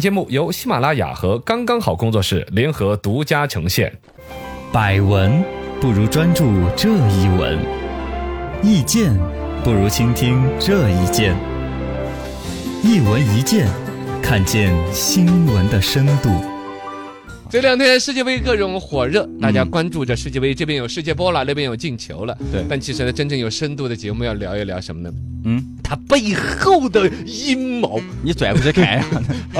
节目由喜马拉雅和刚刚好工作室联合独家呈现。 百闻不如专注这一闻，意见不如倾听这一见。一闻一见，看见新闻的深度。 这两天世界杯各种火热，大家关注着世界杯，这边有世界波了，那边有进球了。 对， 但其实呢，真正有深度的节目要聊一聊什么呢？它背后的阴谋。 你拽过去看呀、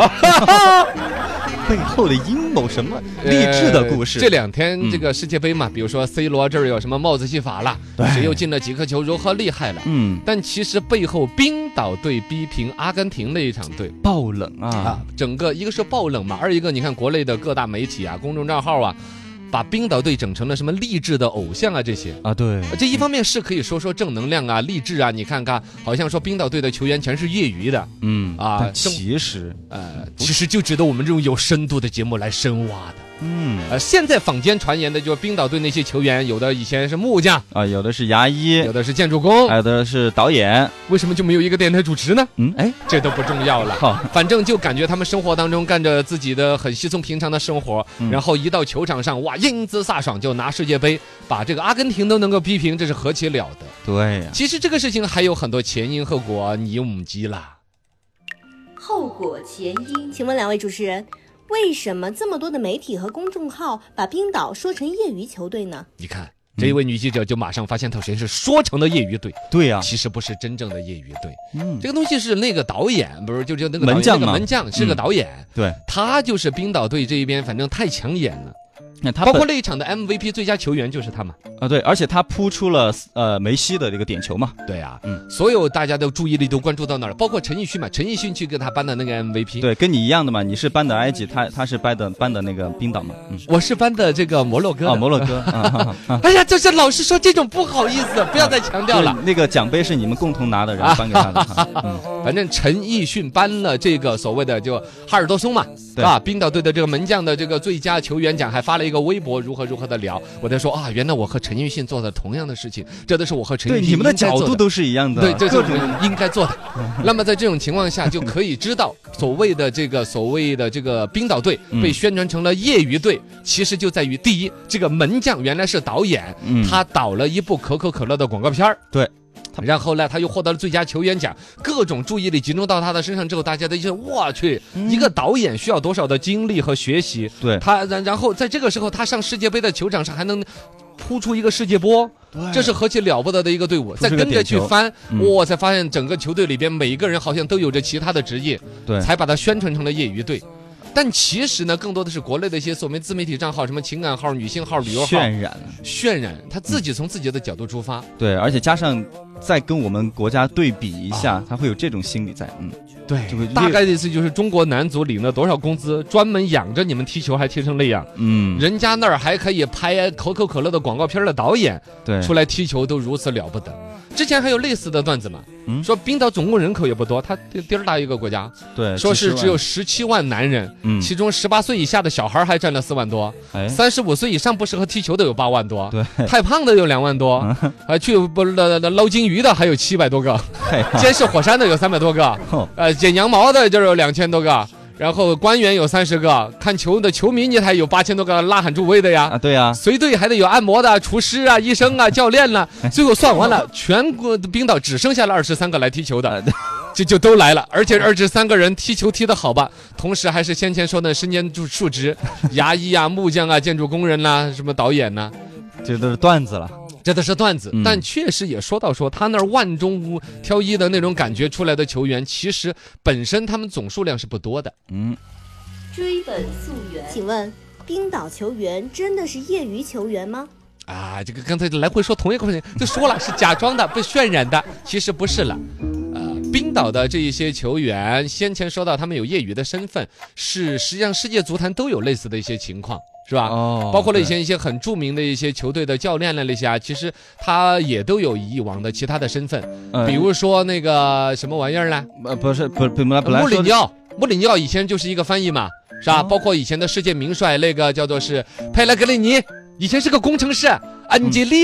背后的阴谋什么励志的故事？ 这两天这个世界杯嘛，比如说 C 罗这儿有什么帽子戏法了，谁又进了几颗球，如何厉害了。但其实背后冰岛队逼平阿根廷那一场队爆冷啊， 整个一个是爆冷嘛，二一个你看国内的各大媒体啊、公众账号啊，把冰岛队整成了什么励志的偶像啊，这些啊，对， 这一方面是可以说正能量啊、励志啊，你看看，好像说冰岛队的球员全是业余的， 但其实就值得我们这种有深度的节目来深挖的。现在坊间传言的就是冰岛队那些球员，有的以前是木匠啊，有的是牙医， 有的是建筑工， 还有的是导演， 为什么就没有一个电台主持呢？这都不重要了。反正就感觉他们生活当中干着自己的很稀松平常的生活，然后一到球场上，哇，英姿飒爽，就拿世界杯把这个阿根廷都能够逼平，这是何其了得！ 对呀， 其实这个事情还有很多前因后果，你唔知啦。 后果前因，请问两位主持人，为什么这么多的媒体和公众号把冰岛说成业余球队呢？ 你看，这一位女记者就马上发现她先是说成了业余队， 对呀， 其实不是真正的业余队。这个东西是那个导演，不是就那个门将嘛， 门将是个导演， 对， 他就是冰岛队这一边，反正太抢眼了。 那他包括那一场的 MVP 最佳球员就是他嘛。 对，而且他扑出了梅西的这个点球嘛。 对啊，所有大家的注意力都关注到那儿，包括陈奕迅嘛，陈奕迅去给他颁的那个 MVP。 对，跟你一样的嘛，你是颁的埃及，他是颁的那个冰岛嘛。 我是颁的这个摩洛哥。 摩洛哥。 哎呀，就是老是说这种不好意思，不要再强调了。 那个奖杯是你们共同拿的，然后颁给他的。 反正陈奕迅颁了这个所谓的就哈尔多松嘛，冰岛队的这个门将的这个最佳球员奖，还发了一个微博如何的聊。我在说原来我和陈奕迅做的同样的事情，这都是我和陈奕迅对你们的角度都是一样的， 对，这是我们应该做的。那么在这种情况下，就可以知道所谓的这个冰岛队被宣传成了业余队，其实就在于第一，这个门将原来是导演，他导了一部可口可乐的广告片儿， 对。 然后呢，他又获得了最佳球员奖，各种注意力集中到他的身上之后，大家都觉得我去，一个导演需要多少的精力和学习？对他，然后在这个时候，他上世界杯的球场上还能扑出一个世界波，这是何其了不得的一个队伍。再跟着去翻，我才发现整个球队里边每一个人好像都有着其他的职业，对，才把它宣传成了业余队。但其实呢，更多的是国内的一些所谓自媒体账号，什么情感号、女性号、旅游号，渲染，他自己从自己的角度出发， 对，而且加上再跟我们国家对比一下，他会有这种心理在， 对，大概的意思就是中国男足领了多少工资，专门养着你们踢球还踢成那样，人家那儿还可以拍可口可乐的广告片的导演，对，出来踢球都如此了不得。之前还有类似的段子嘛，说冰岛总共人口也不多，它第二大一个国家，对，说是只有17万男人，其中18岁以下的小孩还占了4万多，35岁以上不适合踢球的有8万多，对，太胖的有2万多，去捞金鱼的还有700多个，监视火山的有300多个，剪羊毛的就有2000多个。然后官员有30个，看球的球迷你还有8000多个呐喊助威的呀，对呀，随队还得有按摩的、厨师啊、医生啊、教练了，最后算完了，全国冰岛只剩下了23个来踢球的，就都来了，而且23个人踢球踢得好吧，同时还是先前说的身兼数职，牙医啊、木匠啊、建筑工人啦、什么导演呐， 这都是段子了。 这都是段子，但确实也说到说他那儿万中挑一的那种感觉出来的球员，其实本身他们总数量是不多的。 追本溯源，请问冰岛球员真的是业余球员吗？ 这个刚才来回说同一个问题，就说了是假装的、被渲染的，其实不是了。冰岛的这一些球员，先前说到他们有业余的身份，实际上世界足坛都有类似的一些情况。是吧？包括了以前一些很著名的一些球队的教练了那些啊，其实他也都有以往的其他的身份，比如说那个什么玩意儿呢？穆里尼奥以前就是一个翻译嘛，是吧？包括以前的世界名帅那个叫做是佩莱格里尼，以前是个工程师，安吉利尔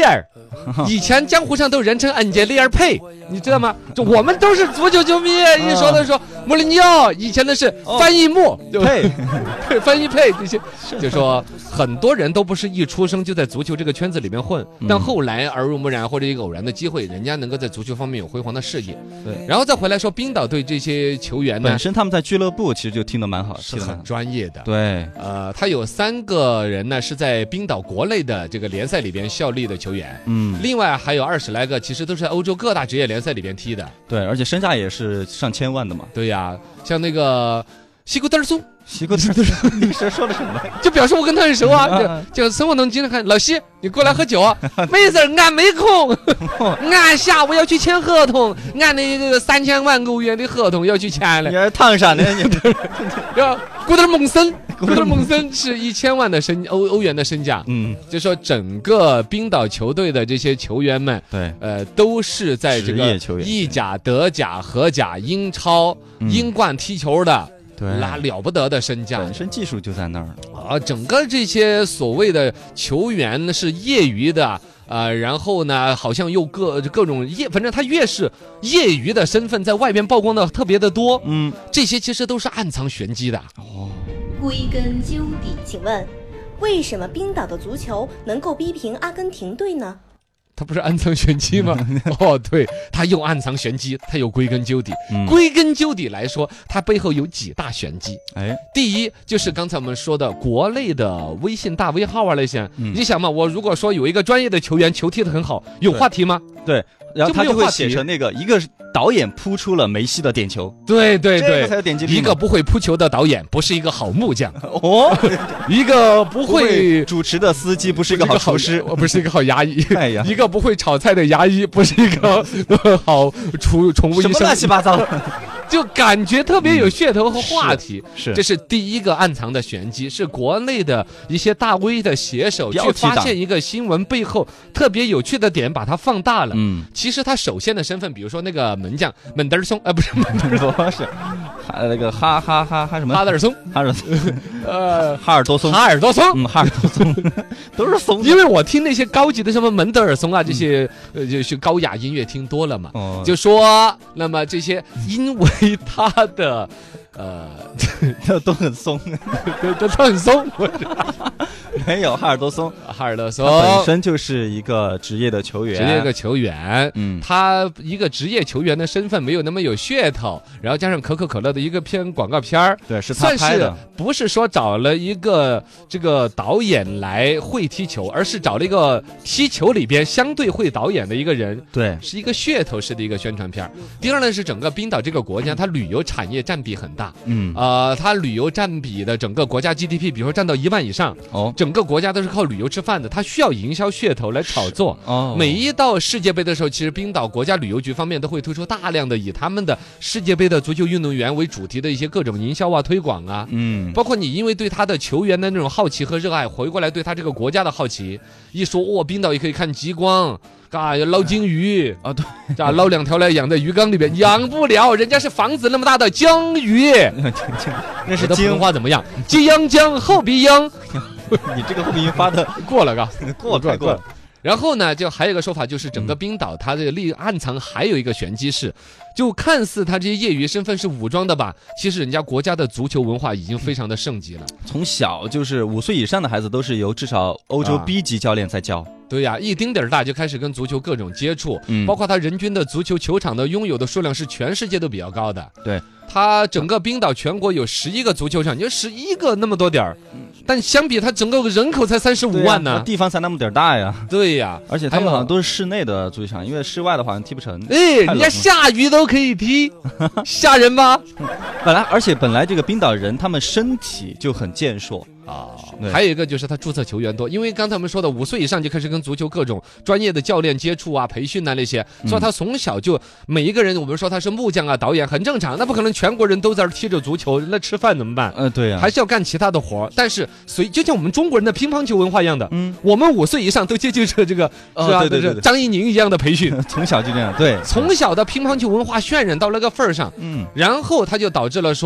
以前江湖上都人称恩杰利尔佩，你知道吗？就我们都是足球球迷，一说的说穆里尼奥，以前的是翻译穆佩， 翻译佩这些，就说很多人都不是一出生就在足球这个圈子里面混，但后来耳濡目染或者一个偶然的机会，人家能够在足球方面有辉煌的事业。 对， 然后再回来说冰岛队这些球员呢， 本身他们在俱乐部其实就踢得蛮好， 是很专业的。 对， 他有3个人呢是在冰岛国内的这个联赛里边效力的球员，另外还有20来个，其实都是在欧洲各大职业联赛里边踢的。 对，而且身价也是上千万的嘛。 对呀，像那个西古德尔松。 西古德尔松，你是说的什么？ 就表示我跟他很熟啊，就生活中经常看老西，你过来喝酒啊？没事，俺没空，俺下午要去签合同，俺那个3000万欧元的合同要去签了。 你是烫啥呢？你要古德尔蒙森是1000万的欧元的身价。就说整个冰岛球队的这些球员们， 对， 都是在这个意甲、德甲、荷甲、英超、英冠踢球的。 对， 那了不得的身价， 本身技术就在那儿啊！整个这些所谓的球员是业余的，然后呢，好像又各种反正他越是业余的身份，在外边曝光的特别的多。这些其实都是暗藏玄机的。 归根究底，请问为什么冰岛的足球能够逼平阿根廷队呢？ 他不是暗藏玄机吗？对，他又暗藏玄机，他又归根究底。归根究底来说，他背后有几大玄机。第一就是刚才我们说的国内的微信大 V 号啊那些，你想嘛，我如果说有一个专业的球员球踢得很好，有话题吗？ 对，然后他就会写成那个一个导演扑出了梅西的点球， 对， 这个才有点击率。 一个不会扑球的导演不是一个好木匠一个不会主持的司机不是一个好厨师， 不是一个好牙医， 一个不会炒菜的牙医不是一个好宠物医生，什么乱七八糟就感觉特别有噱头和话题。 是这是第一个暗藏的玄机，是国内的一些大 V 的写手去发现一个新闻背后特别有趣的点，把它放大了。其实他首先的身份，比如说那个门将门德尔松，不是门德尔松， 是那个哈什么哈德尔松， 哈尔多松，哈尔多松都是松。 因为我听那些高级的什么门德尔松啊，这些就是高雅音乐听多了嘛，就说那么这些因为他的都很松， 都很松。 没有哈尔多松本身就是一个职业的球员，他一个职业球员的身份没有那么有噱头，然后加上可口可乐的一个广告片， 对，是他拍的， 不是说找了一个这个导演来会踢球，而是找了一个踢球里边相对会导演的一个人， 对， 是一个噱头式的一个宣传片。第二呢，是整个冰岛这个国家，它旅游产业占比很大，它旅游占比的整个国家 GDP， 比如说占到1万以上，整个国家都是靠旅游吃饭的，它需要营销噱头来炒作。每一到世界杯的时候，其实冰岛国家旅游局方面都会推出大量的以他们的世界杯的足球运动员为主题的一些各种营销啊、推广啊，包括你因为对他的球员的那种好奇和热爱，回过来对他这个国家的好奇，一说冰岛也可以看极光。捞金鱼啊，对，捞2条来养在鱼缸里边，养不了，人家是房子那么大的江鱼， 那是京话怎么样？鸡央江后鼻央， 你这个后鼻音发的过了， 过了。 然后呢，就还有一个说法，就是整个冰岛它这个暗藏还有一个玄机是，就看似他这些业余身份是武装的吧，其实人家国家的足球文化已经非常的盛极了。 从小就是5岁以上的孩子都是由至少欧洲 B 级教练在教。 对呀，一丁点儿大就开始跟足球各种接触，包括他人均的足球球场的拥有的数量是全世界都比较高的。 对， 他整个冰岛全国有11个足球场，你就11个那么多点儿，但相比他整个人口才35万呢， 地方才那么点儿大呀。 对呀， 而且他们好像都是室内的足球场，因为室外的好像踢不成。 人家下雨都可以踢，吓人吧？ 而且本来这个冰岛人他们身体就很健硕。 还有一个就是他注册球员多，因为刚才我们说的5岁以上就开始跟足球各种专业的教练接触啊、培训啊那些，所以他从小就每一个人，我们说他是木匠啊、导演，很正常，那不可能全国人都在这踢着足球，那吃饭怎么办？ 对呀， 还是要干其他的活。但是就像我们中国人的乒乓球文化一样的，我们5岁以上都接近这个是吧？ 对， 张怡宁一样的培训， 从小就这样，对， 从小的乒乓球文化渲染到那个份儿上，然后他就导致了说。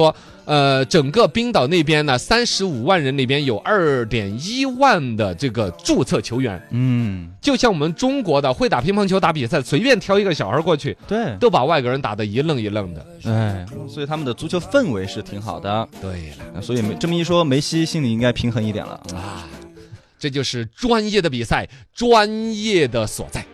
整个冰岛那边呢，35万人里边有2.1万的这个注册球员。就像我们中国的会打乒乓球打比赛，随便挑一个小孩过去， 对， 都把外国人打得一愣一愣的。 所以他们的足球氛围是挺好的。 对了， 所以这么一说，梅西心里应该平衡一点了啊。这就是专业的比赛，专业的所在。